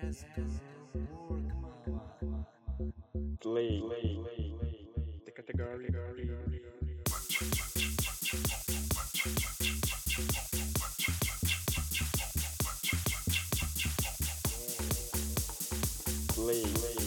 Play. The category. Play.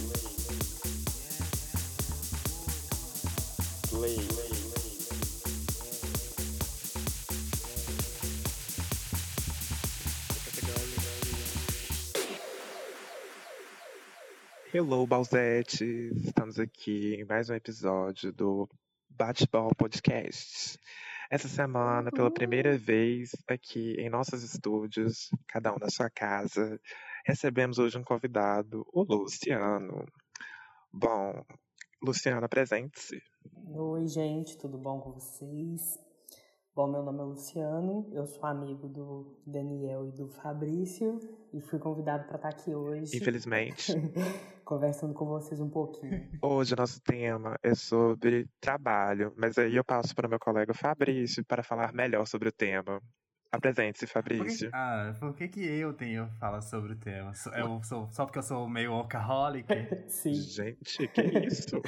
Hello, Balzetes! Estamos aqui em mais um episódio do Bate-Ball Podcast. Essa semana, pela primeira vez aqui em nossos estúdios, cada um na sua casa, recebemos hoje um convidado, o Luciano. Bom, Luciano, apresente-se. Oi, gente, tudo bom com vocês? Bom, meu nome é Luciano, eu sou amigo do Daniel e do Fabrício e fui convidado para estar aqui hoje. Infelizmente. Conversando com vocês um pouquinho. Hoje nosso tema é sobre trabalho, mas aí eu passo para o meu colega Fabrício para falar melhor sobre o tema. Apresente-se, Fabrício. Por que eu tenho que falar sobre o tema? Só porque eu sou meio workaholic? Sim. Gente, que isso?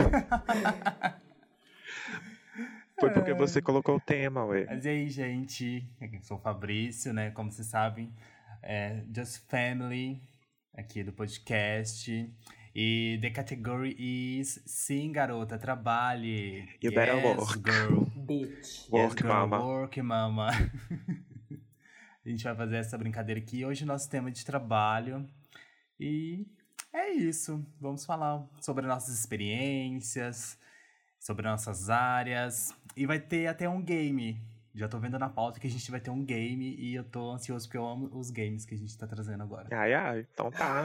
Foi porque você colocou o tema, ué. Mas e aí, gente? Eu sou o Fabrício, né? Como vocês sabem, Just Family, aqui do podcast. E the category is sim, garota, trabalhe. You better work. Girl. Bitch. Work, girl, mama. Work, mama. A gente vai fazer essa brincadeira aqui. Hoje o nosso tema é de trabalho. E é isso. Vamos falar sobre nossas experiências, sobre nossas áreas. E vai ter até um game. Já tô vendo na pauta que a gente vai ter um game. E eu tô ansioso porque eu amo os games que a gente tá trazendo agora. Ai, então tá.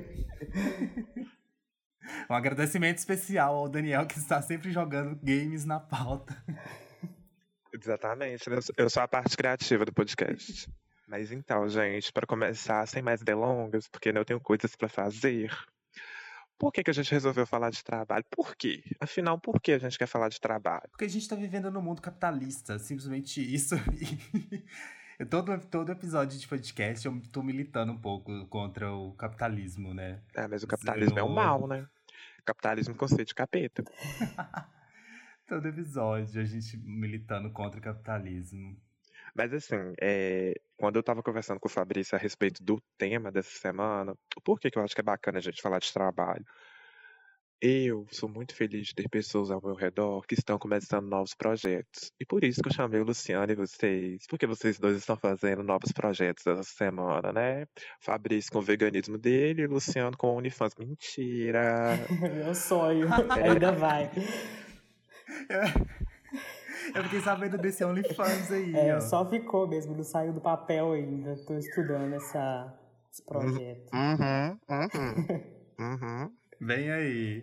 Um agradecimento especial ao Daniel, que está sempre jogando games na pauta. Exatamente, né? Eu sou a parte criativa do podcast. Mas então, gente, para começar, sem mais delongas, porque eu tenho coisas para fazer. Por que a gente resolveu falar de trabalho? Por quê? Afinal, por que a gente quer falar de trabalho? Porque a gente tá vivendo num mundo capitalista, simplesmente isso. Todo episódio de podcast eu tô militando um pouco contra o capitalismo, né? Mas o capitalismo é um mal, né? Capitalismo com C de capeta. Todo episódio a gente militando contra o capitalismo. Mas assim, quando eu tava conversando com o Fabrício a respeito do tema dessa semana, por que eu acho que é bacana a gente falar de trabalho? Eu sou muito feliz de ter pessoas ao meu redor que estão começando novos projetos. E por isso que eu chamei o Luciano e vocês. Porque vocês dois estão fazendo novos projetos essa semana, né? Fabrício com o veganismo dele e o Luciano com o OnlyFans. Mentira! Meu sonho, ainda vai. Eu fiquei sabendo desse OnlyFans aí, ó. Só ficou mesmo, não saiu do papel ainda. Tô estudando esse projeto. Vem aí.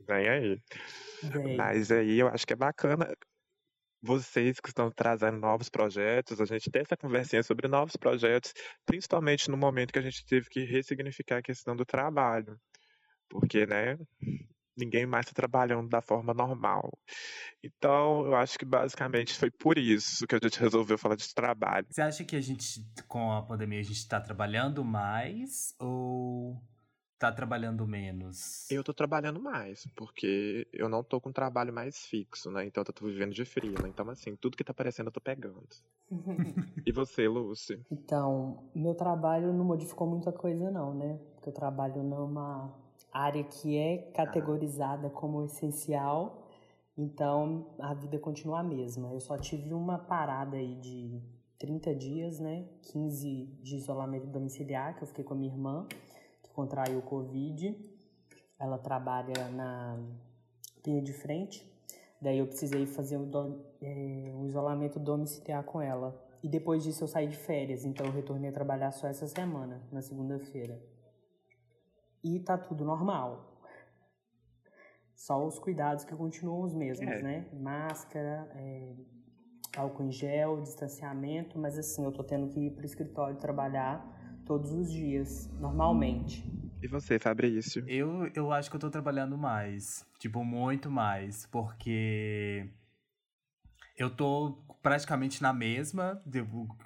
Mas aí eu acho que é bacana vocês que estão trazendo novos projetos, a gente ter essa conversinha sobre novos projetos, principalmente no momento que a gente teve que ressignificar a questão do trabalho. Porque, né, ninguém mais está trabalhando da forma normal. Então, eu acho que basicamente foi por isso que a gente resolveu falar de trabalho. Você acha que a gente, com a pandemia, a gente tá trabalhando mais ou tá trabalhando menos? Eu tô trabalhando mais, porque eu não tô com um trabalho mais fixo, né? Então eu tô vivendo de freela. Então, assim, tudo que tá aparecendo eu tô pegando. E você, Lúcia? Então, meu trabalho não modificou muita coisa não, né? Porque eu trabalho numa área que é categorizada como essencial, então a vida continua a mesma. Eu só tive uma parada aí de 30 dias, né? 15 de isolamento domiciliar, que eu fiquei com a minha irmã, que contraiu o Covid. Ela trabalha na linha de frente, daí eu precisei fazer um isolamento domiciliar com ela. E depois disso eu saí de férias, então eu retornei a trabalhar só essa semana, na segunda-feira. E tá tudo normal. Só os cuidados que continuam os mesmos, né? Máscara, álcool em gel, distanciamento, mas assim, eu tô tendo que ir pro escritório trabalhar todos os dias, normalmente. E você, Fabrício? Eu acho que eu tô trabalhando mais. Tipo, muito mais. Porque eu tô praticamente na mesma.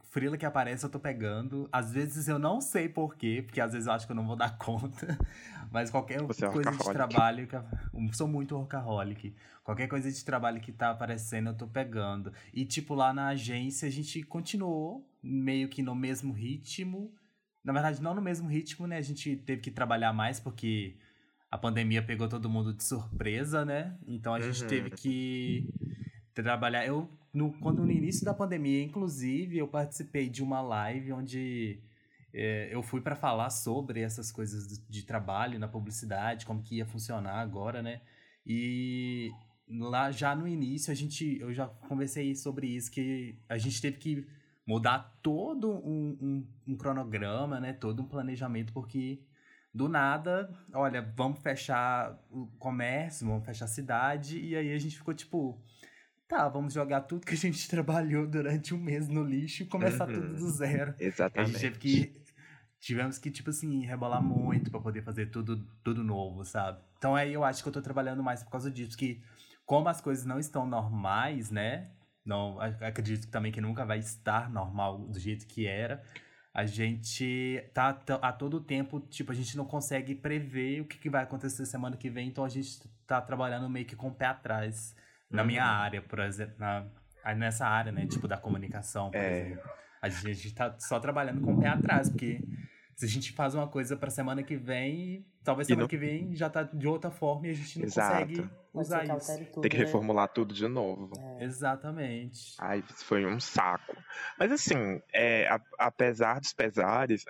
freela que aparece eu tô pegando. Às vezes eu não sei por quê, porque às vezes eu acho que eu não vou dar conta. Mas qualquer Você é coisa de workaholic. trabalho, eu sou muito workaholic. Qualquer coisa de trabalho que tá aparecendo eu tô pegando. E tipo, lá na agência a gente continuou meio que no mesmo ritmo. Na verdade, não no mesmo ritmo, né? A gente teve que trabalhar mais porque a pandemia pegou todo mundo de surpresa, né? Então a gente teve que trabalhar. Quando no início da pandemia, inclusive, eu participei de uma live onde eu fui para falar sobre essas coisas de trabalho na publicidade, como que ia funcionar agora, né? E lá já no início eu já conversei sobre isso, que a gente teve que mudar todo um cronograma, né? Todo um planejamento, porque do nada, olha, vamos fechar o comércio, vamos fechar a cidade, e aí a gente ficou tipo, tá, vamos jogar tudo que a gente trabalhou durante um mês no lixo e começar tudo do zero. E a gente tivemos que, tipo assim, rebolar muito pra poder fazer tudo novo, sabe? Então aí eu acho que eu tô trabalhando mais por causa disso, que como as coisas não estão normais, né? Não, acredito também que nunca vai estar normal do jeito que era. A gente tá a todo tempo, tipo, a gente não consegue prever o que vai acontecer semana que vem, então a gente tá trabalhando meio que com o pé atrás. Na minha área, por exemplo, nessa área, né, tipo, da comunicação, por exemplo. A gente tá só trabalhando com o pé atrás, porque se a gente faz uma coisa pra semana que vem, talvez semana que vem já tá de outra forma e a gente não consegue usar isso. Tudo, tem que reformular tudo de novo. Exatamente. Ai, isso foi um saco. Mas assim, apesar dos pesares,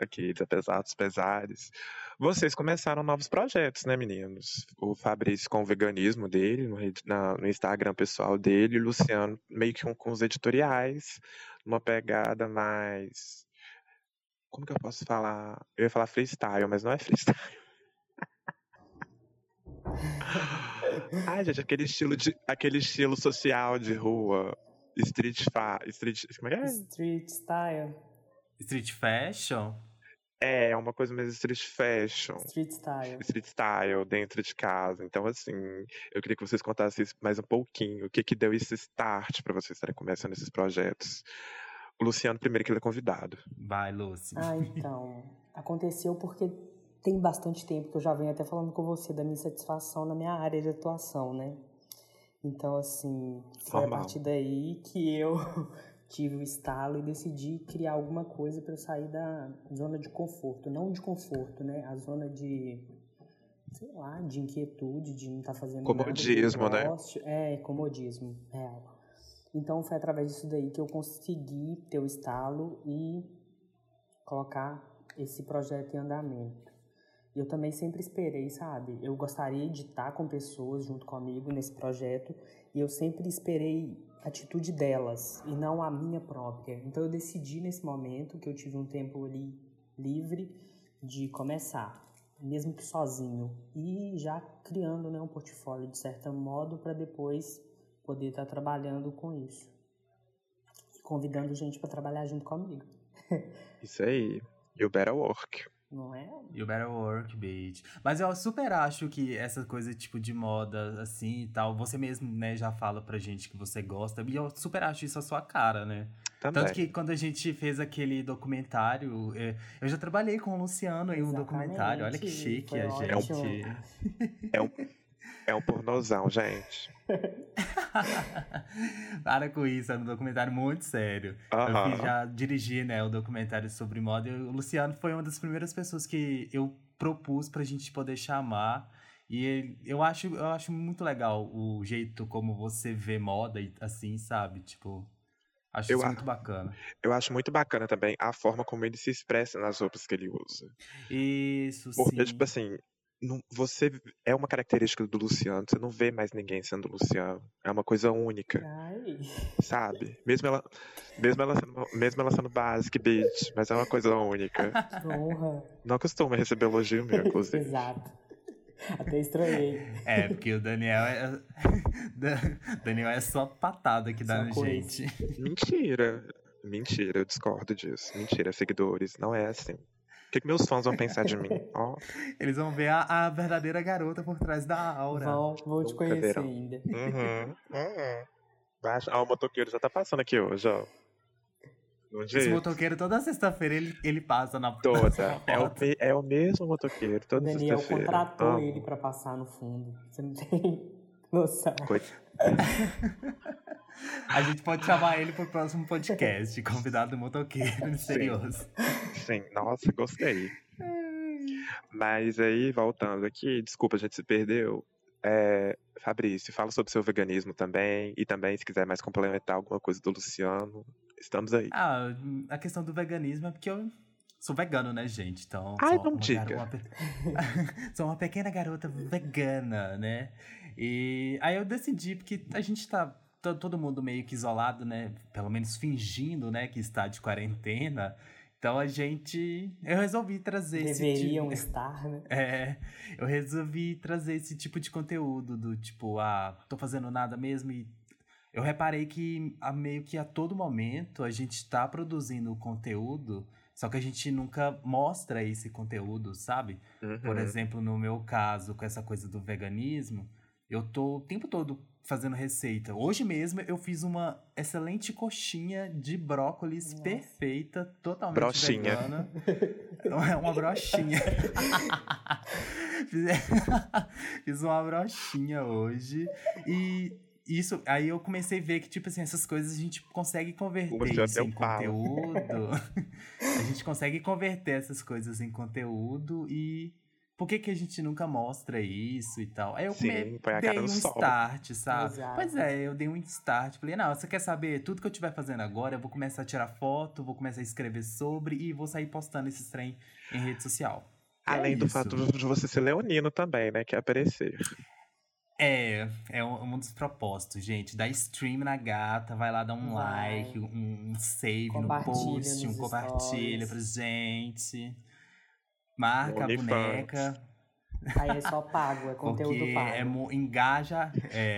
vocês começaram novos projetos, né, meninos? O Fabrício com o veganismo dele, no Instagram pessoal dele, e o Luciano meio que com os editoriais, numa pegada mais... Como que eu posso falar? Eu ia falar freestyle, mas não é freestyle. Ai, gente, aquele estilo social de rua, como é que é? Street style. Street fashion? É uma coisa mais street fashion. Street style. Street style, dentro de casa. Então, assim, eu queria que vocês contassem mais um pouquinho. O que deu esse start pra vocês estarem começando esses projetos? O Luciano, primeiro, que ele é convidado. Vai, Lucy. Então, aconteceu porque tem bastante tempo que eu já venho até falando com você da minha satisfação na minha área de atuação, né? Então, assim, foi Normal. a partir daí que eu tive o estalo e decidi criar alguma coisa para sair da zona de conforto. Não de conforto, né? A zona de, sei lá, de inquietude, de não estar fazendo comodismo, nada. Comodismo, né? Comodismo, real. Então, foi através disso daí que eu consegui ter o estalo e colocar esse projeto em andamento. Eu também sempre esperei, sabe? Eu gostaria de estar com pessoas junto comigo nesse projeto e eu sempre esperei a atitude delas e não a minha própria. Então eu decidi nesse momento que eu tive um tempo ali livre de começar, mesmo que sozinho, e já criando, né, um portfólio de certo modo para depois poder estar trabalhando com isso. E convidando gente para trabalhar junto comigo. Isso aí. You better work. Não é? You better work, bitch. Mas eu super acho que essa coisa, tipo, de moda, assim, e tal, você mesmo, né, já fala pra gente que você gosta, e eu super acho isso a sua cara, né? Também. Tanto que quando a gente fez aquele documentário, eu já trabalhei com o Luciano em um documentário, olha que chique a gente. É um pornozão, gente. Para com isso, é um documentário muito sério. Eu já dirigi, né, o documentário sobre moda e o Luciano foi uma das primeiras pessoas que eu propus pra gente poder chamar. E eu acho muito legal o jeito como você vê moda, assim, sabe? Tipo, acho isso muito bacana. Eu acho muito bacana também a forma como ele se expressa nas roupas que ele usa. Isso, porque, sim. Tipo assim, você é uma característica do Luciano, você não vê mais ninguém sendo Luciano. É uma coisa única. Ai. Sabe? Mesmo ela sendo básica, bitch, mas é uma coisa única. Que honra. Não costuma receber elogio meu, inclusive. Exato. Até estranhei. Porque o Daniel é só patada que dá na gente. Mentira, eu discordo disso. Mentira, seguidores, não é assim. O que meus fãs vão pensar de mim? Eles vão ver a verdadeira garota por trás da aura. Vão te conhecer ainda. O motoqueiro já tá passando aqui hoje, ó. Não Esse diz? motoqueiro, toda sexta-feira, ele passa na Toda. É o, porta. é o mesmo motoqueiro, O toda Daniel sexta-feira. contratou ele Amo. pra passar no fundo. Você não tem noção. A gente pode chamar ele pro próximo podcast, convidado motoqueiro misterioso. Sim, nossa, gostei. Mas aí, voltando aqui, desculpa, a gente se perdeu. Fabrício, fala sobre seu veganismo também. E também, se quiser mais complementar alguma coisa do Luciano, estamos aí. Ah, a questão do veganismo é porque eu sou vegano, né, gente? Então, Ai, sou não diga. sou uma pequena garota vegana, né? E aí eu decidi, porque a gente tá todo mundo meio que isolado, né? Pelo menos fingindo, né, que está de quarentena. Então eu resolvi trazer Deveriam estar, né? eu resolvi trazer esse tipo de conteúdo do tipo, tô fazendo nada mesmo e eu reparei que meio que a todo momento a gente tá produzindo conteúdo, só que a gente nunca mostra esse conteúdo, sabe? Por Uhum. exemplo, no meu caso, com essa coisa do veganismo, eu tô o tempo todo fazendo receita. Hoje mesmo eu fiz uma excelente coxinha de brócolis perfeita, totalmente Brochinha. vegana. É uma brochinha. Fiz uma brochinha hoje. E isso, aí eu comecei a ver que, tipo assim, essas coisas a gente consegue converter isso em conteúdo. A gente consegue converter essas coisas em conteúdo e por que a gente nunca mostra isso e tal? Aí eu dei um start, sabe? Exato. Pois é, eu dei um start. Falei, não, você quer saber? Tudo que eu estiver fazendo agora, eu vou começar a tirar foto, vou começar a escrever sobre e vou sair postando esses trem em rede social. Além do fato de você ser leonino também, né? Que é aparecer. É um dos propósitos, gente. Dá stream na gata, vai lá dar um like, um save no post, um compartilha pra gente. Marca a boneca. Aí é só pago, é conteúdo porque pago. Engaja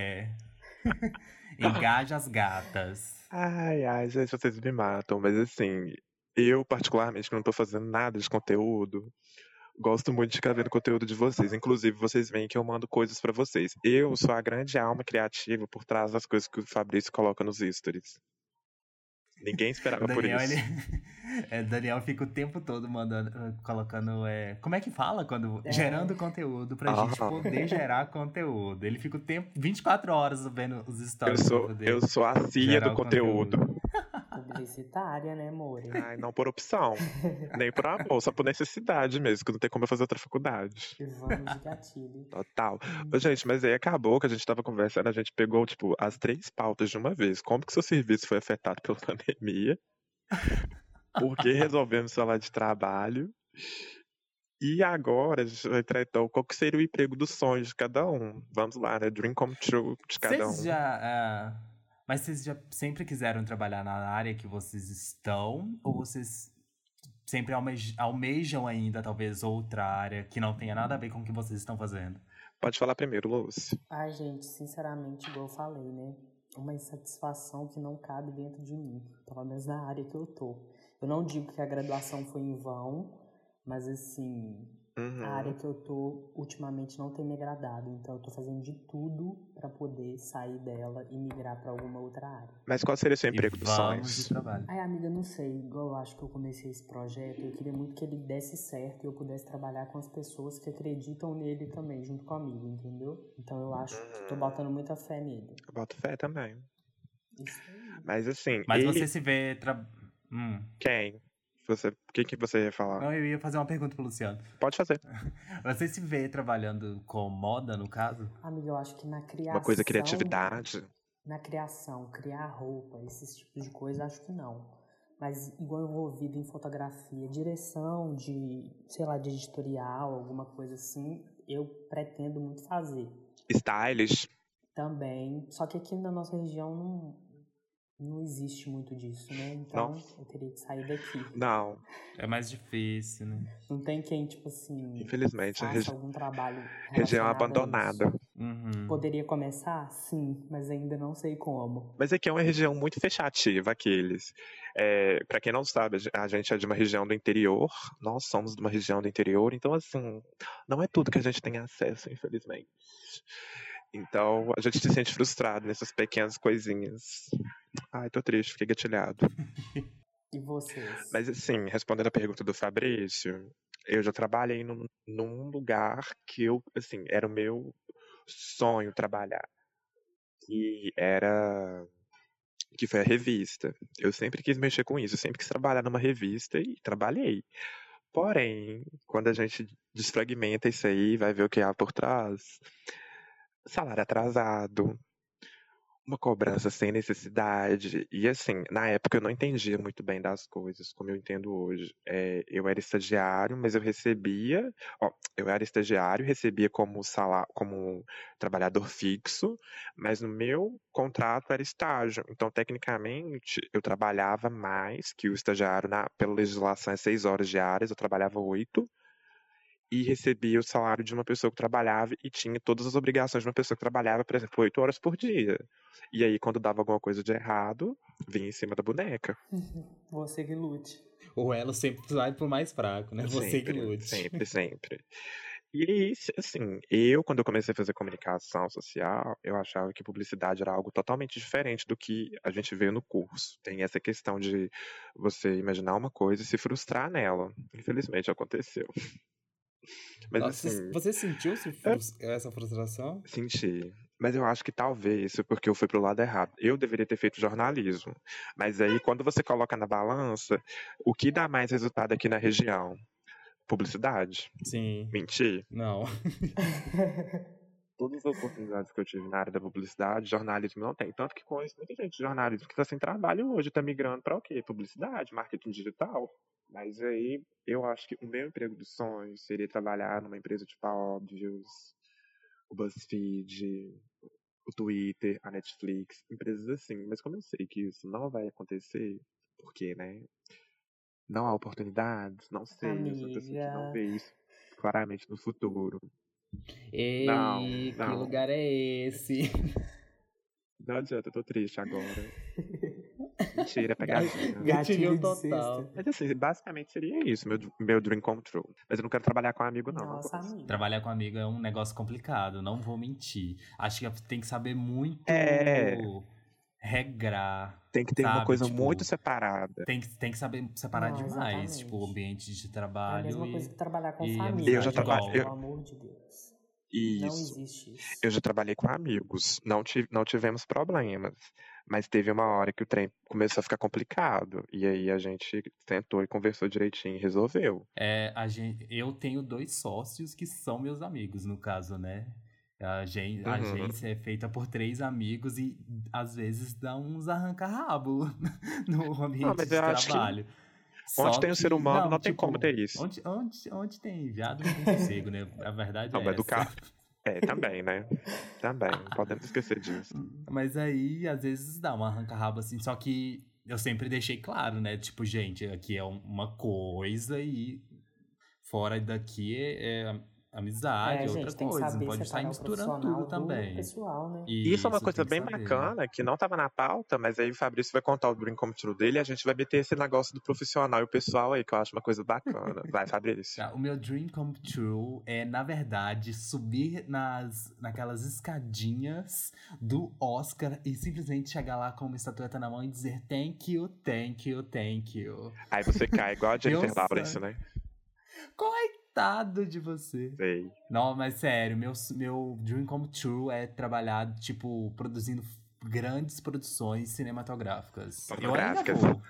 as gatas. Ai, gente, vocês me matam. Mas assim, eu particularmente que não tô fazendo nada de conteúdo, gosto muito de ficar vendo conteúdo de vocês. Inclusive, vocês veem que eu mando coisas pra vocês. Eu sou a grande alma criativa por trás das coisas que o Fabrício coloca nos stories. Ninguém esperava por isso. Daniel fica o tempo todo colocando. Como é que fala? Gerando conteúdo pra gente poder gerar conteúdo. Ele fica o tempo, 24 horas vendo os stories pra poder. Eu sou a CIA do conteúdo. Publicitária, né, amor? Ai, não por opção. Nem por amor, só por necessidade mesmo, que não tem como eu fazer outra faculdade. Vamos de gatilho. Total. Gente, mas aí acabou que a gente tava conversando, a gente pegou, tipo, as 3 pautas de uma vez. Como que seu serviço foi afetado pela pandemia? Por que resolvemos falar de trabalho? E agora a gente vai tratar qual que seria o emprego dos sonhos de cada um. Vamos lá, né? Dream come true de cada um. Mas vocês já sempre quiseram trabalhar na área que vocês estão? Ou vocês sempre almejam ainda, talvez, outra área que não tenha nada a ver com o que vocês estão fazendo? Pode falar primeiro, Lúcio. Ai, gente, sinceramente, igual eu falei, né? Uma insatisfação que não cabe dentro de mim, pelo menos na área que eu tô. Eu não digo que a graduação foi em vão, mas assim, a área que eu tô ultimamente não tem me agradado, então eu tô fazendo de tudo pra poder sair dela e migrar pra alguma outra área. Mas qual seria o seu emprego dos sonhos? Ai, amiga, não sei, igual eu acho que eu comecei esse projeto, eu queria muito que ele desse certo e eu pudesse trabalhar com as pessoas que acreditam nele também, junto comigo, entendeu? Então eu acho que tô botando muita fé nele. Eu boto fé também. Isso aí. Mas assim, Mas você se vê... Quem? O que você ia falar? Não, eu ia fazer uma pergunta pro Luciano. Pode fazer. Você se vê trabalhando com moda, no caso? Amiga, eu acho que na criação... Uma coisa, criatividade. Na criação, criar roupa, esses tipos de coisa, acho que não. Mas igual envolvido em fotografia, direção de, sei lá, de editorial, alguma coisa assim, eu pretendo muito fazer. Stylish. Também. Só que aqui na nossa região não existe muito disso, né? Então eu teria que sair daqui. Não. É mais difícil, né? Não tem quem, tipo assim, infelizmente, faça algum trabalho região abandonada. Poderia começar? Sim, mas ainda não sei como. Mas aqui é uma região muito fechativa, aqueles. Pra quem não sabe, a gente é de uma região do interior. Nós somos de uma região do interior, então assim, não é tudo que a gente tem acesso, infelizmente. Então, a gente se sente frustrado nessas pequenas coisinhas. Ai, tô triste, fiquei gatilhado. E vocês? Mas assim, respondendo a pergunta do Fabrício, eu já trabalhei num lugar que eu, assim, era o meu sonho trabalhar, que era que foi a revista. Eu sempre quis mexer com isso, eu sempre quis trabalhar numa revista e trabalhei. Porém, quando a gente desfragmenta isso aí, vai ver o que há por trás. Salário atrasado, uma cobrança sem necessidade. E assim, na época eu não entendia muito bem das coisas, como eu entendo hoje. Eu era estagiário, mas eu recebia. Ó, eu era estagiário, recebia como salário, como trabalhador fixo, mas no meu contrato era estágio. Então, tecnicamente, eu trabalhava mais que o estagiário, pela legislação, é 6 horas diárias, eu trabalhava 8 e recebia o salário de uma pessoa que trabalhava e tinha todas as obrigações de uma pessoa que trabalhava, por exemplo, 8 horas por dia. E aí, quando dava alguma coisa de errado, vinha em cima da boneca. Você que lute. O elo sempre vai pro mais fraco, né? Você que Sempre, lute. sempre, sempre. E aí, assim, eu, quando eu comecei a fazer comunicação social, eu achava que publicidade era algo totalmente diferente do que a gente vê no curso. Tem essa questão de você imaginar uma coisa e se frustrar nela. Infelizmente, aconteceu. Mas, Nossa, assim, você sentiu essa frustração? senti. Mas eu acho que talvez porque eu fui pro lado errado. Eu deveria ter feito jornalismo. Mas aí, quando você coloca na balança, o que dá mais resultado aqui na região? Publicidade. Sim. Mentir. Não. Todas as oportunidades que eu tive na área da publicidade, jornalismo não tem. Tanto que conheço muita gente de jornalismo que está sem trabalho hoje, está migrando para o quê? Publicidade, marketing digital. Mas aí, eu acho que o meu emprego dos sonhos seria trabalhar numa empresa tipo a Óbvios, o BuzzFeed, o Twitter, a Netflix, empresas assim. Mas como eu sei que isso não vai acontecer, porque, né, não há oportunidades, não sei, eu sou uma pessoa que não Amiga. vê isso claramente no futuro. Não, Ei, que não, lugar é esse? não adianta, eu tô triste agora. Mentira, pegadinha. Gatilho Gatilho de total. sexta. Mas assim, basicamente seria isso, meu dream come true. Mas eu não quero trabalhar com amigo, não Nossa, gosto. amiga. Trabalhar com amigo é um negócio complicado, não vou mentir. Acho que tem que saber É, muito regrar, tem que ter uma sabe? coisa muito Tipo, separada. tem que saber separar Não, demais, tipo, o exatamente. ambiente de É a trabalho mesma coisa que trabalhar com e família, Eu já amizade, trabalhei. gente. Pelo igual. amor de Deus. Não Isso. existe isso. Eu já trabalhei com amigos, não tivemos problemas, mas teve uma hora que o trem começou a ficar complicado, e aí a gente sentou e conversou direitinho e resolveu. Eu tenho 2 sócios que são meus amigos, no caso, né? A Uhum. agência é feita por 3 amigos e às vezes dá uns arranca-rabo no Não, ambiente mas de eu acho que trabalho. onde Só tem o ser que, humano não, não tem como tipo, ter isso. onde tem viado não tem sossego, né? A verdade Não, é mas do essa. carro. É, também, né? Também, não podemos esquecer disso. Mas aí, às vezes, dá uma arranca-rabo assim. Só que eu sempre deixei claro, né? Tipo, gente, aqui é uma coisa e fora daqui é amizade, É, é outra gente, tem que coisa. Não saber pode sair separar o misturando tudo profissional do também. pessoal, né? E isso é uma Isso, coisa tem que bem saber. bacana, que não estava na pauta, mas aí o Fabrício vai contar o Dream Come True dele e a gente vai meter esse negócio do profissional e o pessoal aí, que eu acho uma coisa bacana. Vai, Fabrício. Tá, o meu dream come true é, na verdade, subir naquelas escadinhas do Oscar e simplesmente chegar lá com uma estatueta na mão e dizer thank you, thank you, thank you. Aí você cai igual a Meu Jennifer Lawrence, sonho. né? Coitado de você. Sei. Não, mas sério, meu dream come true é trabalhar, tipo, produzindo grandes produções cinematográficas. Eu ainda Pornográficas. vou.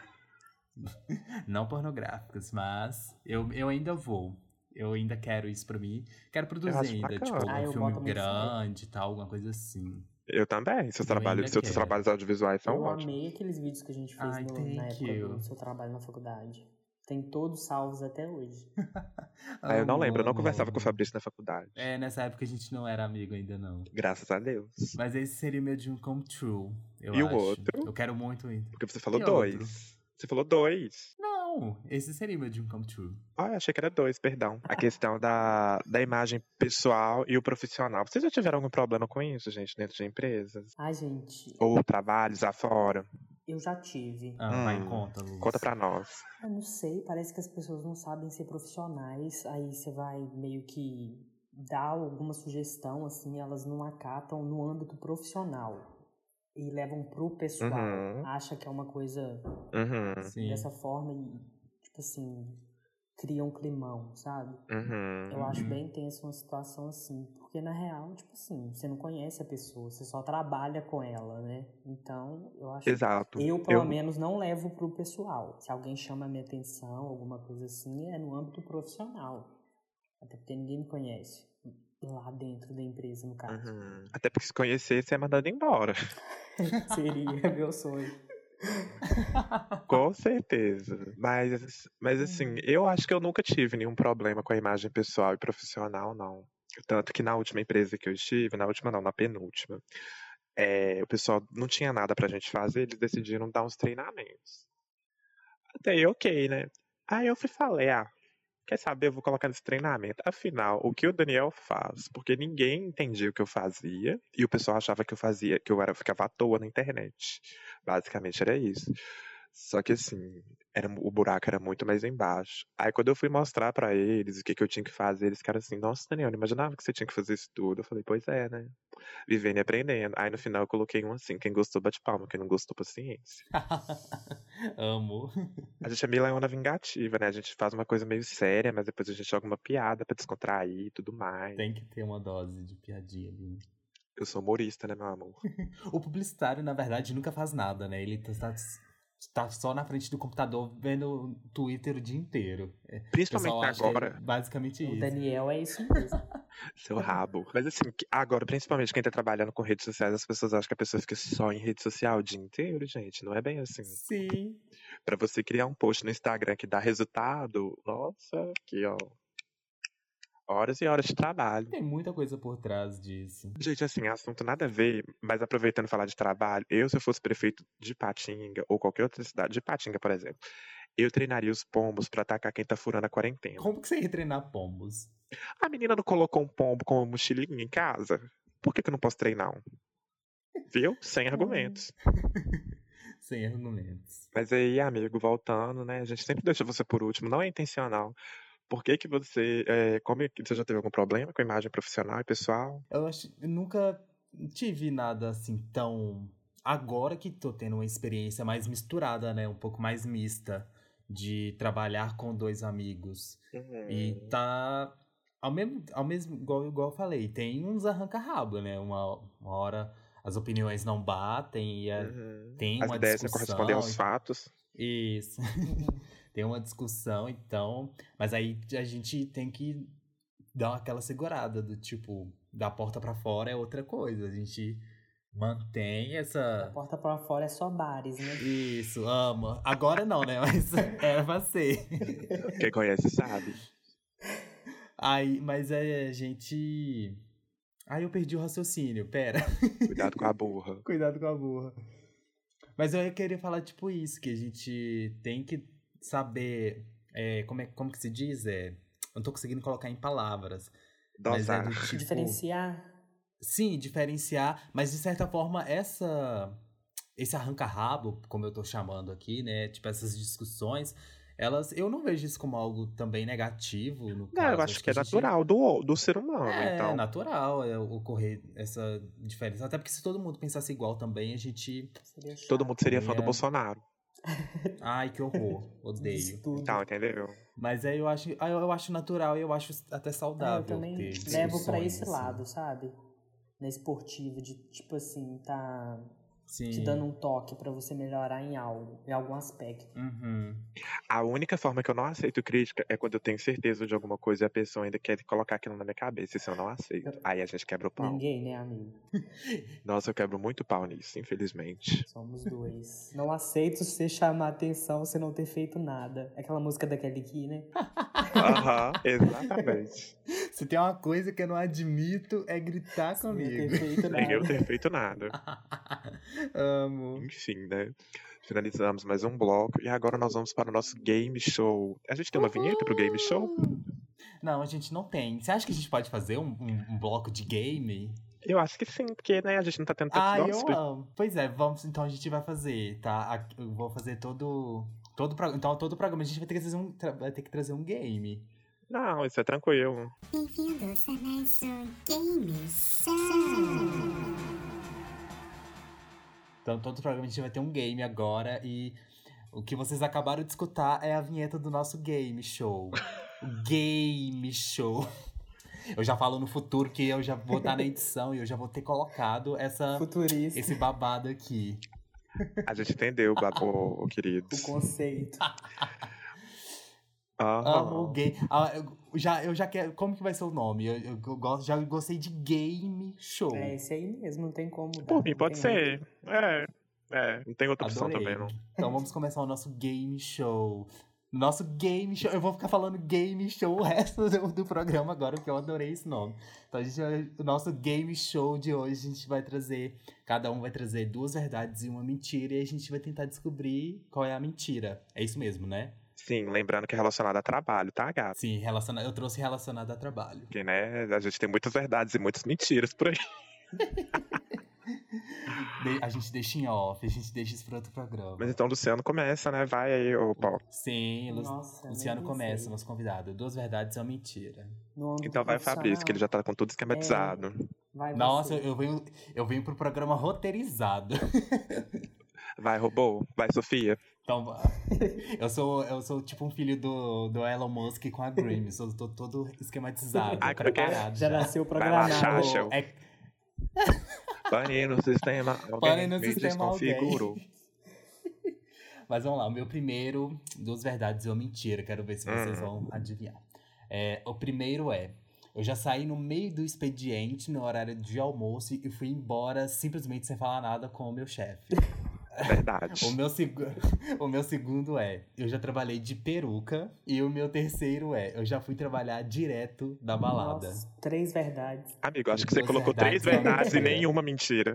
Não pornográficas, mas eu ainda vou. Eu ainda quero isso pra mim. Quero Eu produzir acho ainda, tipo, bacana. algum Eu filme boto muito fé. grande e tal, alguma coisa assim. Eu também. Eu ainda Seus quero. trabalhos audiovisuais são Eu ótimos. amei aqueles vídeos que a gente fez Ai, na thank época do you. seu trabalho na faculdade. Tem todos salvos até hoje. Aí eu não Amo, lembro, eu não amo, conversava com o amo. Fabrício na faculdade. É, nessa época a gente não era amigo ainda, não. Graças a Deus. Mas esse seria o meu dream come true, eu E o acho. outro? Eu quero muito ainda. Porque você falou E outro? dois. Você falou dois. Não, esse seria o meu dream come true. Ah, eu achei que era dois, perdão. A questão da imagem pessoal e o profissional. Vocês já tiveram algum problema com isso, gente, dentro de empresas? Ai, gente, Ou trabalhos afora? eu já tive. Ah, vai em conta, Conta Luz. pra nós. Eu não sei, parece que as pessoas não sabem ser profissionais. Aí você vai meio que dar alguma sugestão, assim, elas não acatam no âmbito profissional. e levam pro pessoal. Uhum. Acha que é uma coisa Sim. dessa forma e, tipo assim, cria um climão, sabe? Eu acho bem tenso uma situação assim, porque na real, tipo assim, você não conhece a pessoa, você só trabalha com ela, né? Então, eu acho... Exato. Eu, pelo menos, não levo pro pessoal. Se alguém chama a minha atenção, alguma coisa assim, é no âmbito profissional. Até porque ninguém me conhece lá dentro da empresa, no caso. Até porque se conhecer, você é mandado embora. Seria meu sonho. Com certeza. Mas assim, eu acho que eu nunca tive nenhum problema com a imagem pessoal e profissional, não. Tanto que na última empresa que eu estive, na última não, na penúltima, o pessoal não tinha nada pra gente fazer, eles decidiram dar uns treinamentos. Até aí, ok, né? Aí eu falei, quer saber, eu vou colocar nesse treinamento. Afinal, o que o Daniel faz? Porque ninguém entendia o que eu fazia e o pessoal achava que eu fazia, ficava à toa na internet. Basicamente era isso. Só que assim, o buraco era muito mais embaixo. Aí quando eu fui mostrar pra eles o que eu tinha que fazer, eles ficaram assim, nossa, Daniel, eu não imaginava que você tinha que fazer isso tudo. Eu falei, pois é, né? Vivendo e aprendendo. Aí no final eu coloquei um assim, quem gostou bate palma, quem não gostou paciência. Amo. A gente é meio leona vingativa, né? A gente faz uma coisa meio séria, mas depois a gente joga uma piada pra descontrair e tudo mais. Tem que ter uma dose de piadinha ali. Eu sou humorista, né, meu amor? O publicitário, na verdade, nunca faz nada, né? Ele tá só na frente do computador vendo Twitter o dia inteiro. Principalmente agora. Que é basicamente isso. O Daniel é isso mesmo. Seu rabo. Mas assim, agora, principalmente quem tá trabalhando com redes sociais, as pessoas acham que a pessoa fica só em rede social o dia inteiro, gente. Não é bem assim. Sim. Pra você criar um post no Instagram que dá resultado, nossa, aqui, ó. Horas e horas de trabalho. Tem muita coisa por trás disso. Gente, assim, assunto nada a ver, mas aproveitando falar de trabalho, se eu fosse prefeito de Patinga ou qualquer outra cidade, de Patinga, por exemplo, eu treinaria os pombos pra atacar quem tá furando a quarentena. Como que você ia treinar pombos? A menina não colocou um pombo com uma mochilinha em casa? Por que eu não posso treinar um? Viu? Sem argumentos. Sem argumentos. Mas aí, amigo, voltando, né? A gente sempre deixa você por último, não é intencional. Por que você. Você já teve algum problema com a imagem profissional e pessoal? Eu nunca tive nada assim tão. Agora que tô tendo uma experiência mais misturada, né? Um pouco mais mista. De trabalhar com dois amigos. E tá. Ao mesmo igual eu falei, tem uns arranca-rabo, né? Uma hora as opiniões não batem e tem As uma ideias não discussão. correspondem aos fatos. Isso. Tem uma discussão, então. Mas aí a gente tem que dar aquela segurada do tipo, da porta pra fora é outra coisa. A gente mantém essa. A porta pra fora é só bares, né? Isso, ama. Agora não, né? Mas era pra ser. Quem conhece sabe. Aí, mas a gente. Ai, eu perdi o raciocínio, pera. Cuidado com a burra. Cuidado com a burra. Mas eu queria falar, tipo, isso, que a gente tem que saber. Como que se diz? Eu não tô conseguindo colocar em palavras. Dosar. Mas tipo, diferenciar. Sim, diferenciar. Mas de certa forma, esse arranca-rabo, como eu tô chamando aqui, né? Tipo, essas discussões. Eu não vejo isso como algo também negativo, no caso. Não, eu acho que é natural do ser humano, então. É natural ocorrer essa diferença. Até porque se todo mundo pensasse igual também, a gente... Todo mundo seria fã do Bolsonaro. Ai, que horror. Odeio. Então, entendeu? Mas eu acho natural e eu acho até saudável. Eu também levo pra esse lado, sabe? Na esportiva, de tipo assim, tá... Sim. Te dando um toque pra você melhorar em algum aspecto. A única forma que eu não aceito crítica é quando eu tenho certeza de alguma coisa e a pessoa ainda quer colocar aquilo na minha cabeça. Isso eu não aceito. Aí a gente quebra o pau. Ninguém, né, amigo? Nossa, eu quebro muito pau nisso, infelizmente. Somos dois. Não aceito você chamar atenção, você não ter feito nada. Aquela música da Kelly Key, né? Aham, exatamente. Se tem uma coisa que eu não admito é gritar comigo. Nem eu ter feito nada. Amo. Enfim, né? Finalizamos mais um bloco e agora nós vamos para o nosso game show. A gente tem uma vinheta pro game show? Não, a gente não tem. Você acha que a gente pode fazer um bloco de game? Eu acho que sim, porque né, a gente não tá tendo tanto eu amo. Pois é, então a gente vai fazer, tá? Eu vou fazer todo programa a gente vai ter que trazer um game. Não, isso é tranquilo. Bem-vindos a mais um Game Show. Então, todo programa a gente vai ter um game agora. E o que vocês acabaram de escutar é a vinheta do nosso game show. O game show. Eu já falo no futuro que eu já vou estar na edição e eu já vou ter colocado Futurista. esse babado aqui. A gente entendeu, queridos. O conceito. Amo o game. Eu já quero. Como que vai ser o nome? Já gostei de game show. É esse aí mesmo, não tem como mudar. Por mim, pode ser. Não tem outra opção Adorei. também, não. Então vamos começar o nosso game show. Nosso game show. Eu vou ficar falando game show o resto do programa agora, porque eu adorei esse nome. Então o nosso game show de hoje, a gente vai trazer. Cada um vai trazer 2 verdades e uma mentira. E a gente vai tentar descobrir qual é a mentira. É isso mesmo, né? Sim, lembrando que é relacionado a trabalho, tá, gato? Sim, eu trouxe relacionado a trabalho. Porque, né, a gente tem muitas verdades e muitas mentiras por aí. A gente deixa em off, a gente deixa isso para outro programa. Mas então, Luciano começa, né? Vai aí, ô Paulo. Sim, Nossa, Luciano nem começa, sei. nosso convidado. 2 verdades e uma mentira. No âmbito Então vai, Fabrício, que ele já tá com tudo esquematizado. Vai Nossa, você. eu venho pro programa roteirizado. Vai, robô. Vai, Sofia. Então, eu sou tipo um filho do Elon Musk com a Grimes. Eu tô todo esquematizado, Ai, como é que é? preparado. Já nasceu Vai lá, programado. Chacha. Pane no sistema. Pane no me sistema, desconfigurou. Mas vamos lá, o meu primeiro, 2 verdades e uma mentira. Quero ver se vocês vão adivinhar. O primeiro eu já saí no meio do expediente, no horário de almoço, e fui embora simplesmente sem falar nada com o meu chefe. Verdade. O meu segundo eu já trabalhei de peruca. E o meu terceiro eu já fui trabalhar direto da balada. Nossa, 3 verdades. Amigo, acho que você 2 colocou 3 verdades, verdades e mentira. nenhuma mentira.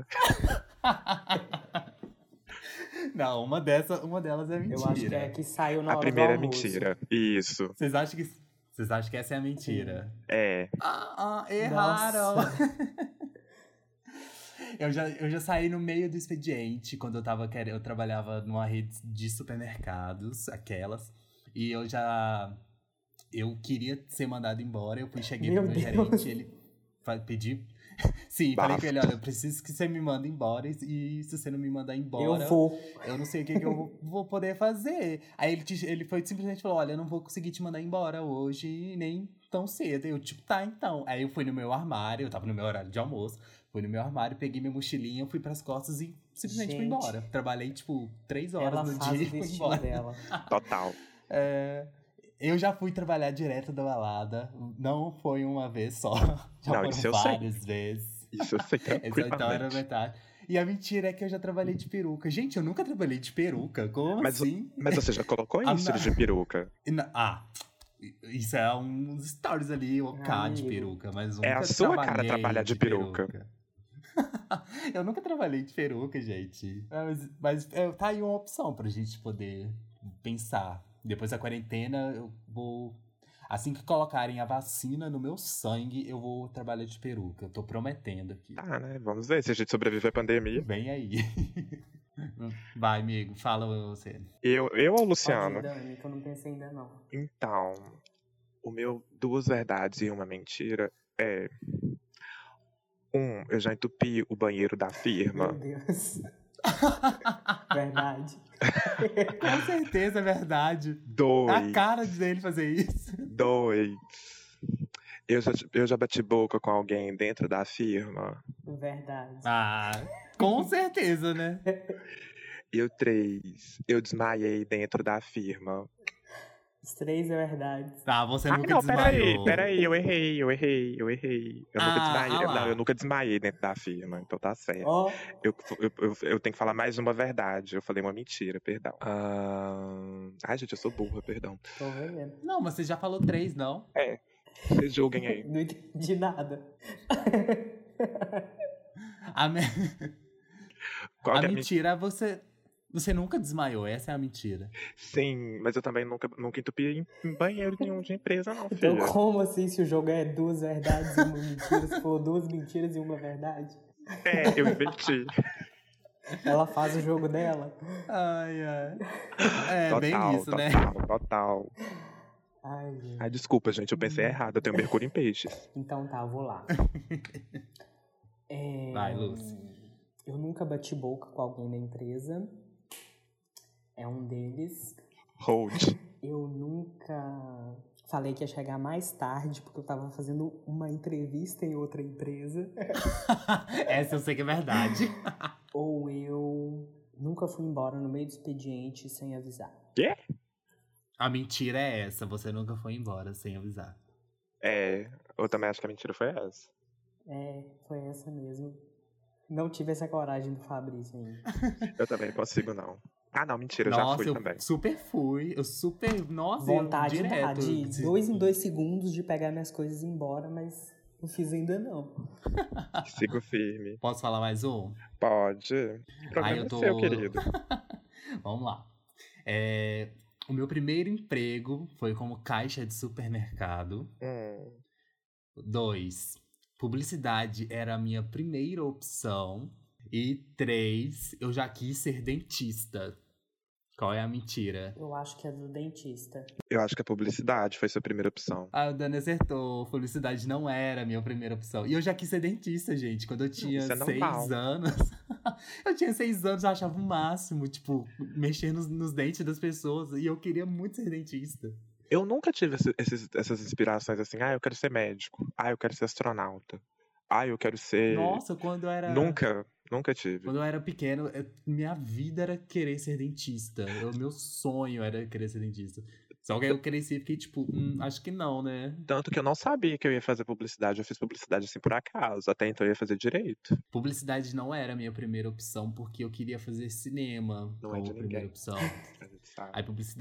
Não, uma delas é mentira. Eu acho que é que saiu na A hora primeira é do almoço. mentira. Isso. Vocês acham que essa é a mentira? É. Erraram! Nossa. Eu já saí no meio do expediente, quando eu trabalhava numa rede de supermercados, aquelas, e eu queria ser mandado embora, cheguei Meu pro meu Deus. gerente, ele pediu. Sim, falei com ele, olha, eu preciso que você me mande embora, e se você não me mandar embora, Eu vou. eu não sei o que eu vou poder fazer. Aí ele foi simplesmente falou, olha, eu não vou conseguir te mandar embora hoje, nem tão cedo. Eu, tipo, tá, então. Aí eu fui no meu armário, eu tava no meu horário de almoço, fui no meu armário, peguei minha mochilinha, fui pras costas e simplesmente fui Gente. embora. Trabalhei, tipo, 3 horas Ela no faz dia o e fui destino embora. dela. Total. Eu já fui trabalhar direto da balada, não foi uma vez só, já Não, foram isso eu sei. várias vezes. Isso eu sei Então era tranquilamente. metade. E a mentira é que eu já trabalhei de peruca. Gente, eu nunca trabalhei de peruca. Como assim? Mas você já colocou isso não. de peruca? Isso é uns stories ali, o K de Amigo. peruca, mas É a nunca sua cara trabalhei trabalhar de peruca. Eu nunca trabalhei de peruca, gente. Mas tá aí uma opção pra gente poder pensar. Depois da quarentena, eu vou... Assim que colocarem a vacina no meu sangue, eu vou trabalhar de peruca. Eu tô prometendo aqui. Tá, né? Vamos ver se a gente sobreviver à pandemia. Vem aí. Vai, amigo, fala você. Eu ou o Pode Luciano? ir, Dani, que eu não pensei ainda não. Então, o meu 2 verdades e uma mentira é... eu já entupi o banheiro da firma. Meu Deus. Verdade. Com certeza é verdade. 2, É a cara dele fazer isso. 2. Eu já bati boca com alguém dentro da firma. Verdade. Com certeza, né? E o 3, eu desmaiei dentro da firma. Os 3 é verdade. Você Ah, nunca não, desmaiou. peraí, eu errei. Eu nunca desmaiei. lá. Não, eu nunca desmaiei dentro da firma, então tá certo. Ó, Eu tenho que falar mais uma verdade. Eu falei uma mentira, perdão. Ai, gente, eu sou burra, perdão. tô vendo. Não, mas você já falou 3, não? Vocês julguem aí. Não entendi nada. Qual A que é mentira é você nunca desmaiou, essa é a mentira. Sim, mas eu também nunca entupi em banheiro nenhum de empresa, não, Então filha. como assim se o jogo é 2 verdades e uma mentira? Se for 2 mentiras e uma verdade? Eu inverti. Ela faz o jogo dela? Ai. É Total, bem isso, né? Total. Ai, gente. Ai, desculpa, gente, eu pensei errado. Eu tenho Mercúrio em peixes. Então tá, vou lá. Vai, Luz. Eu nunca bati boca com alguém da empresa. É um deles. Hold. Eu nunca falei que ia chegar mais tarde, porque eu tava fazendo uma entrevista em outra empresa. Essa eu sei que é verdade. Ou eu nunca fui embora no meio do expediente sem avisar. Quê? A mentira é essa, você nunca foi embora sem avisar. Eu também acho que a mentira foi essa. Foi essa mesmo. Não tive essa coragem do Fabrício ainda. Eu também não consigo, não. Ah, não, mentira, eu já fui também. Eu super fui. Nossa, Vontade direto. de 2 em 2 segundos de pegar minhas coisas e ir embora, mas não fiz ainda não. Sigo firme. Posso falar mais um? Pode. O problema é seu, querido. Vamos lá. O meu primeiro emprego foi como caixa de supermercado. 2. Publicidade era a minha primeira opção. E 3. Eu já quis ser dentista. Qual é a mentira? Eu acho que é do dentista. Eu acho que a publicidade foi sua primeira opção. Ah, o Dani acertou. Publicidade não era a minha primeira opção. E eu já quis ser dentista, gente. Quando eu tinha 6 anos. Eu tinha 6 anos, eu achava o máximo, tipo, mexer nos dentes das pessoas. E eu queria muito ser dentista. Eu nunca tive essas inspirações assim. Ah, eu quero ser médico. Ah, eu quero ser astronauta. Ah, eu quero ser... Nossa, quando eu era... Nunca tive. Quando eu era pequeno, minha vida era querer ser dentista. Meu sonho era querer ser dentista. Só que aí eu cresci e fiquei tipo, acho que não, né? Tanto que eu não sabia que eu ia fazer publicidade. Eu fiz publicidade assim por acaso. Até então eu ia fazer direito. Publicidade não era a minha primeira opção, porque eu queria fazer cinema como primeira opção. Aí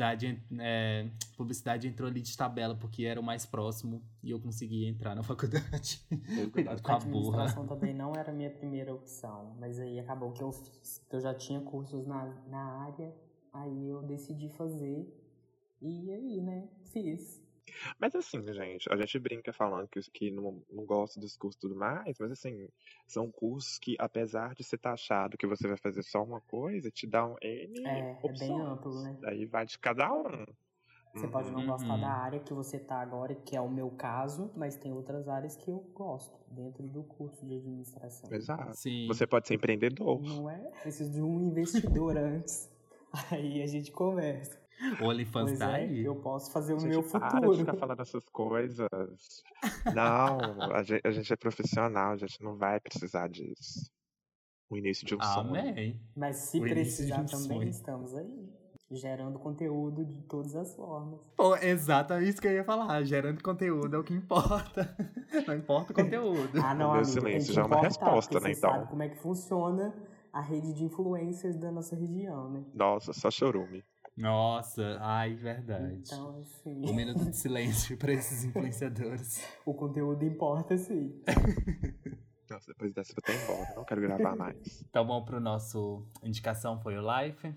publicidade entrou ali de tabela, porque era o mais próximo e eu consegui entrar na faculdade. Cuidado com a burra. Administração também não era a minha primeira opção, mas aí acabou que eu fiz. Eu já tinha cursos na área, aí eu decidi fazer e aí, né, fiz. Mas assim, gente, a gente brinca falando que não gosta dos cursos e tudo mais, mas assim, são cursos que, apesar de ser taxado que você vai fazer só uma coisa, te dão N opções. É bem amplo, né? Aí vai de cada um. Você pode não gostar da área que você tá agora, que é o meu caso, mas tem outras áreas que eu gosto, dentro do curso de administração. Exato. Sim. Você pode ser empreendedor. Não é? Preciso de um investidor antes. Aí a gente conversa. O OnlyFans tá aí. Eu posso fazer o Gente, meu para futuro. de ficar falando essas coisas. Não, a gente é profissional, a gente não vai precisar disso. O início de um sonho. Amém. Mas se precisar também, estamos aí. Gerando conteúdo de todas as formas. Pô, exatamente isso que eu ia falar. Gerando conteúdo é o que importa. Não importa o conteúdo. Não, o meu amigo, silêncio já é uma resposta, né, então. Você sabe como é que funciona a rede de influencers da nossa região, né? Nossa, só chorume. Nossa, ai, verdade. Então, assim... 1 minuto de silêncio para esses influenciadores. O conteúdo importa, sim. Nossa, depois dessa eu vou até embora, não quero gravar mais. Então vamos pro nosso Indicação For Your Life.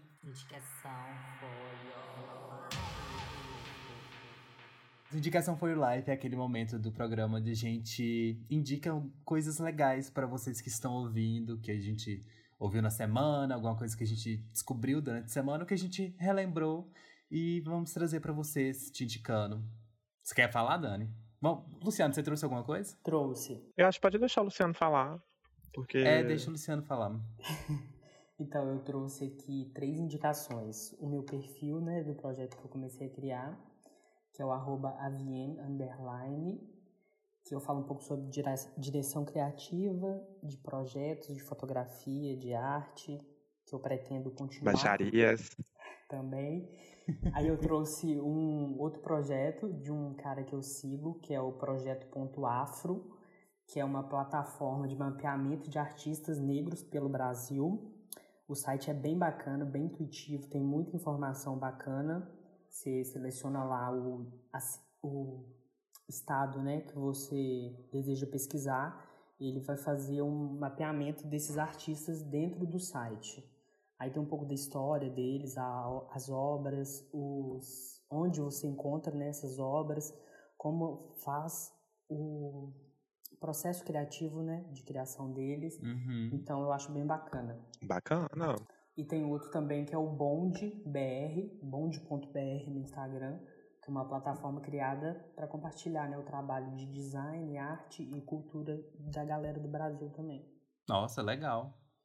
Indicação For Your Life é aquele momento do programa onde a gente indica coisas legais para vocês que estão ouvindo, que a gente ouviu na semana, alguma coisa que a gente descobriu durante a semana, que a gente relembrou e vamos trazer para vocês, te indicando. Você quer falar, Dani? Bom, Luciano, você trouxe alguma coisa? Trouxe. Eu acho que pode deixar o Luciano falar, porque... Deixa o Luciano falar. Então, eu trouxe aqui 3 indicações. O meu perfil, né, do projeto que eu comecei a criar, que é o @avien_, que eu falo um pouco sobre direção criativa de projetos, de fotografia, de arte, que eu pretendo continuar. Baixarias. Também. Aí eu trouxe um outro projeto de um cara que eu sigo, que é o Projeto.afro, que é uma plataforma de mapeamento de artistas negros pelo Brasil. O site é bem bacana, bem intuitivo, tem muita informação bacana. Você seleciona lá o estado, né, que você deseja pesquisar e ele vai fazer um mapeamento desses artistas dentro do site. Aí tem um pouco da história deles, as obras, onde você encontra nessas obras, como faz o processo criativo, né, de criação deles. Então eu acho bem bacana. Bacana. E tem outro também que é o Bond.br no Instagram, que é uma plataforma criada para compartilhar, né, o trabalho de design, arte e cultura da galera do Brasil também. Nossa, legal.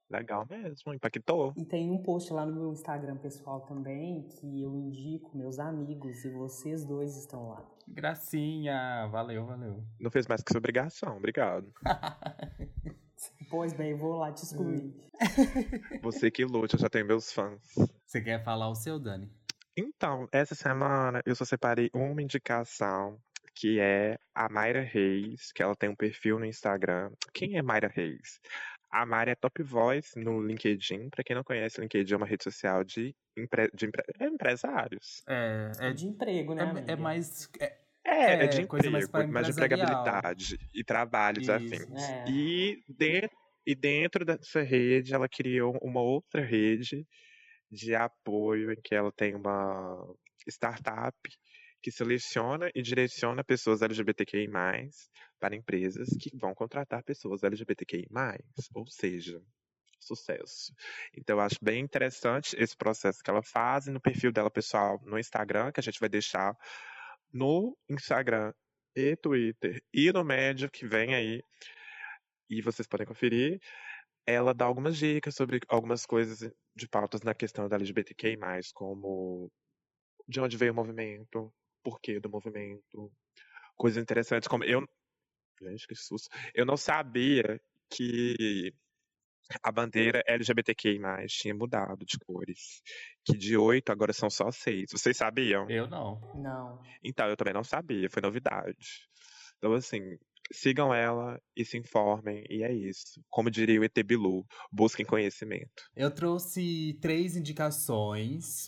Legal mesmo, impactou. E tem um post lá no meu Instagram pessoal também que eu indico meus amigos e vocês dois estão lá. Gracinha, valeu. Não fez mais que sua obrigação, obrigado. Pois bem, vou lá te excluir. Você que lute, eu já tenho meus fãs. Você quer falar o seu, Dani? Então, essa semana eu só separei uma indicação, que é a Mayra Reis, que ela tem um perfil no Instagram. Quem é Mayra Reis? A Mayra é top voice no LinkedIn. Pra quem não conhece, o LinkedIn é uma rede social de empresários. De emprego, né, amiga? É mais... É de coisa mais emprego, pra mais de empresarial. empregabilidade e trabalhos Isso. afins. É. E dentro dessa rede, ela criou uma outra rede de apoio em que ela tem uma startup que seleciona e direciona pessoas LGBTQI+, para empresas que vão contratar pessoas LGBTQI+, ou seja, sucesso. Então eu acho bem interessante esse processo que ela faz, e no perfil dela pessoal no Instagram, que a gente vai deixar no Instagram e Twitter e no Medium, que vem aí, e vocês podem conferir. Ela dá algumas dicas sobre algumas coisas de pautas na questão da LGBTQI+, como de onde veio o movimento, porquê do movimento, coisas interessantes como gente, que susto. Eu não sabia que a bandeira LGBTQI+, tinha mudado de cores. Que de 8 agora são só 6. Vocês sabiam? Eu não. Não. Então, eu também não sabia, foi novidade. Então, assim, sigam ela e se informem, e é isso. Como diria o ET Bilu, busquem conhecimento. Eu trouxe 3 indicações.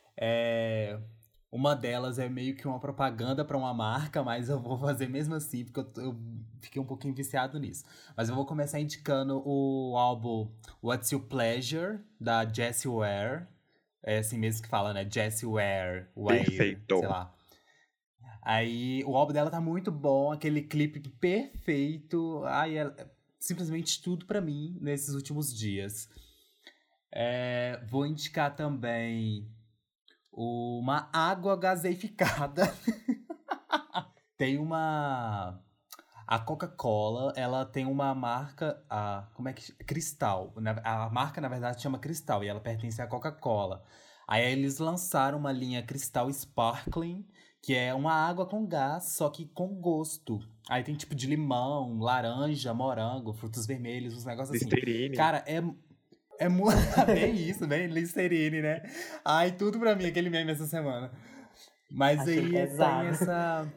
Uma delas é meio que uma propaganda pra uma marca, mas eu vou fazer mesmo assim, porque eu fiquei um pouquinho viciado nisso. Mas eu vou começar indicando o álbum What's Your Pleasure, da Jessie Ware. É assim mesmo que fala, né? Jessie Ware, Perfeito. sei lá. Aí o álbum dela tá muito bom, aquele clipe perfeito. Ai, simplesmente tudo pra mim nesses últimos dias. Vou indicar também uma água gaseificada. Tem a Coca-Cola, ela tem uma marca, como é que Cristal. A marca, na verdade, chama Cristal e ela pertence à Coca-Cola. Aí eles lançaram uma linha Cristal Sparkling, que é uma água com gás, só que com gosto. Aí tem tipo de limão, laranja, morango, frutos vermelhos, uns negócios assim. Listerine. Cara, é muito bem isso, bem Listerine, né? Ai, tudo pra mim, aquele meme essa semana. Mas Achei aí pesado. tem essa...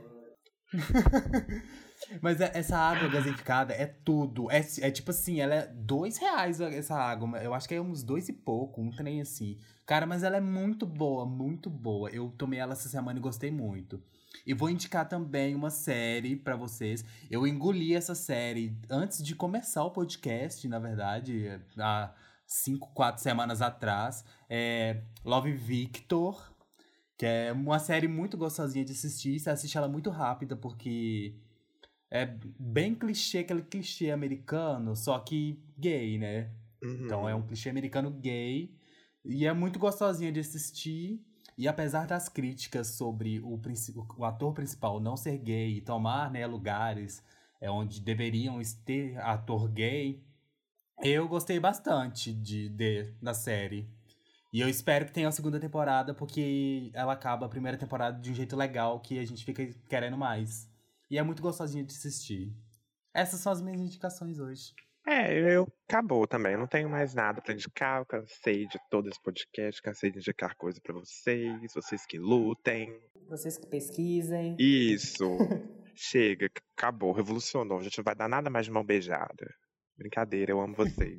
Mas essa água gaseificada é tudo. É tipo assim, ela é R$2 essa água. Eu acho que é uns 2 e pouco, um trem assim. Cara, mas ela é muito boa, muito boa. Eu tomei ela essa semana e gostei muito. E vou indicar também uma série pra vocês. Eu engoli essa série antes de começar o podcast, na verdade, há 4 semanas atrás. Love Victor, que é uma série muito gostosinha de assistir. Você assiste ela muito rápida, porque é bem clichê, aquele clichê americano, só que gay, né? Uhum. Então é um clichê americano gay. E é muito gostosinha de assistir. E apesar das críticas sobre o ator principal não ser gay e tomar, né, lugares onde deveriam ter ator gay, eu gostei bastante da série. E eu espero que tenha a segunda temporada, porque ela acaba a primeira temporada de um jeito legal que a gente fica querendo mais. E é muito gostosinho de assistir. Essas são as minhas indicações hoje. Acabou também. Eu não tenho mais nada pra indicar. Eu cansei de todo esse podcast, cansei de indicar coisa pra vocês que lutem. Vocês que pesquisem. Isso. Chega, acabou, revolucionou. A gente não vai dar nada mais de mão beijada. Brincadeira, eu amo vocês.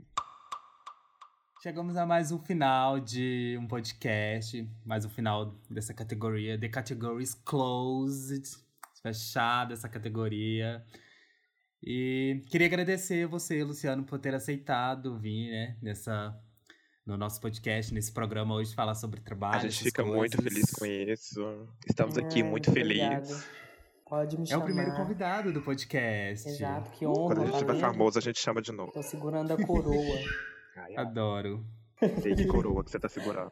Chegamos a mais um final de um podcast, mais um final dessa categoria, The Categories Closed, fechada essa categoria. E queria agradecer você, Luciano, por ter aceitado vir, né, no nosso podcast, nesse programa hoje, falar sobre trabalho. A gente fica muito feliz com isso. Estamos aqui muito felizes. Pode me chamar. É o primeiro convidado do podcast. Exato, que honra. Quando a gente tiver famoso, a gente chama de novo. Tô segurando a coroa. Adoro. Sei que coroa que você tá segurando.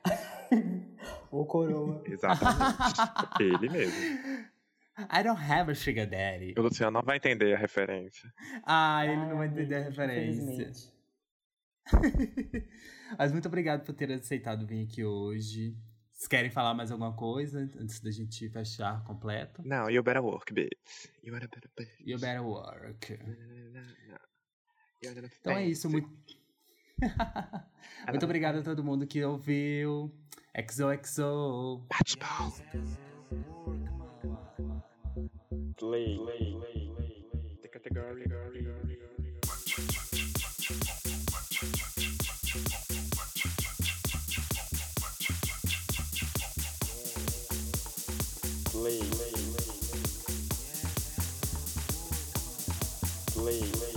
O coroa. Exatamente. Ele mesmo. I don't have a sugar daddy. O Luciano não vai entender a referência. Ele não vai entender a referência. Mas muito obrigado por ter aceitado vir aqui hoje. Vocês querem falar mais alguma coisa antes da gente fechar completo? Não, you better work, bitch. You better work. Então Então é isso. Muito obrigado a todo mundo que ouviu. XOXO. Bate pau. Play. The category. Play.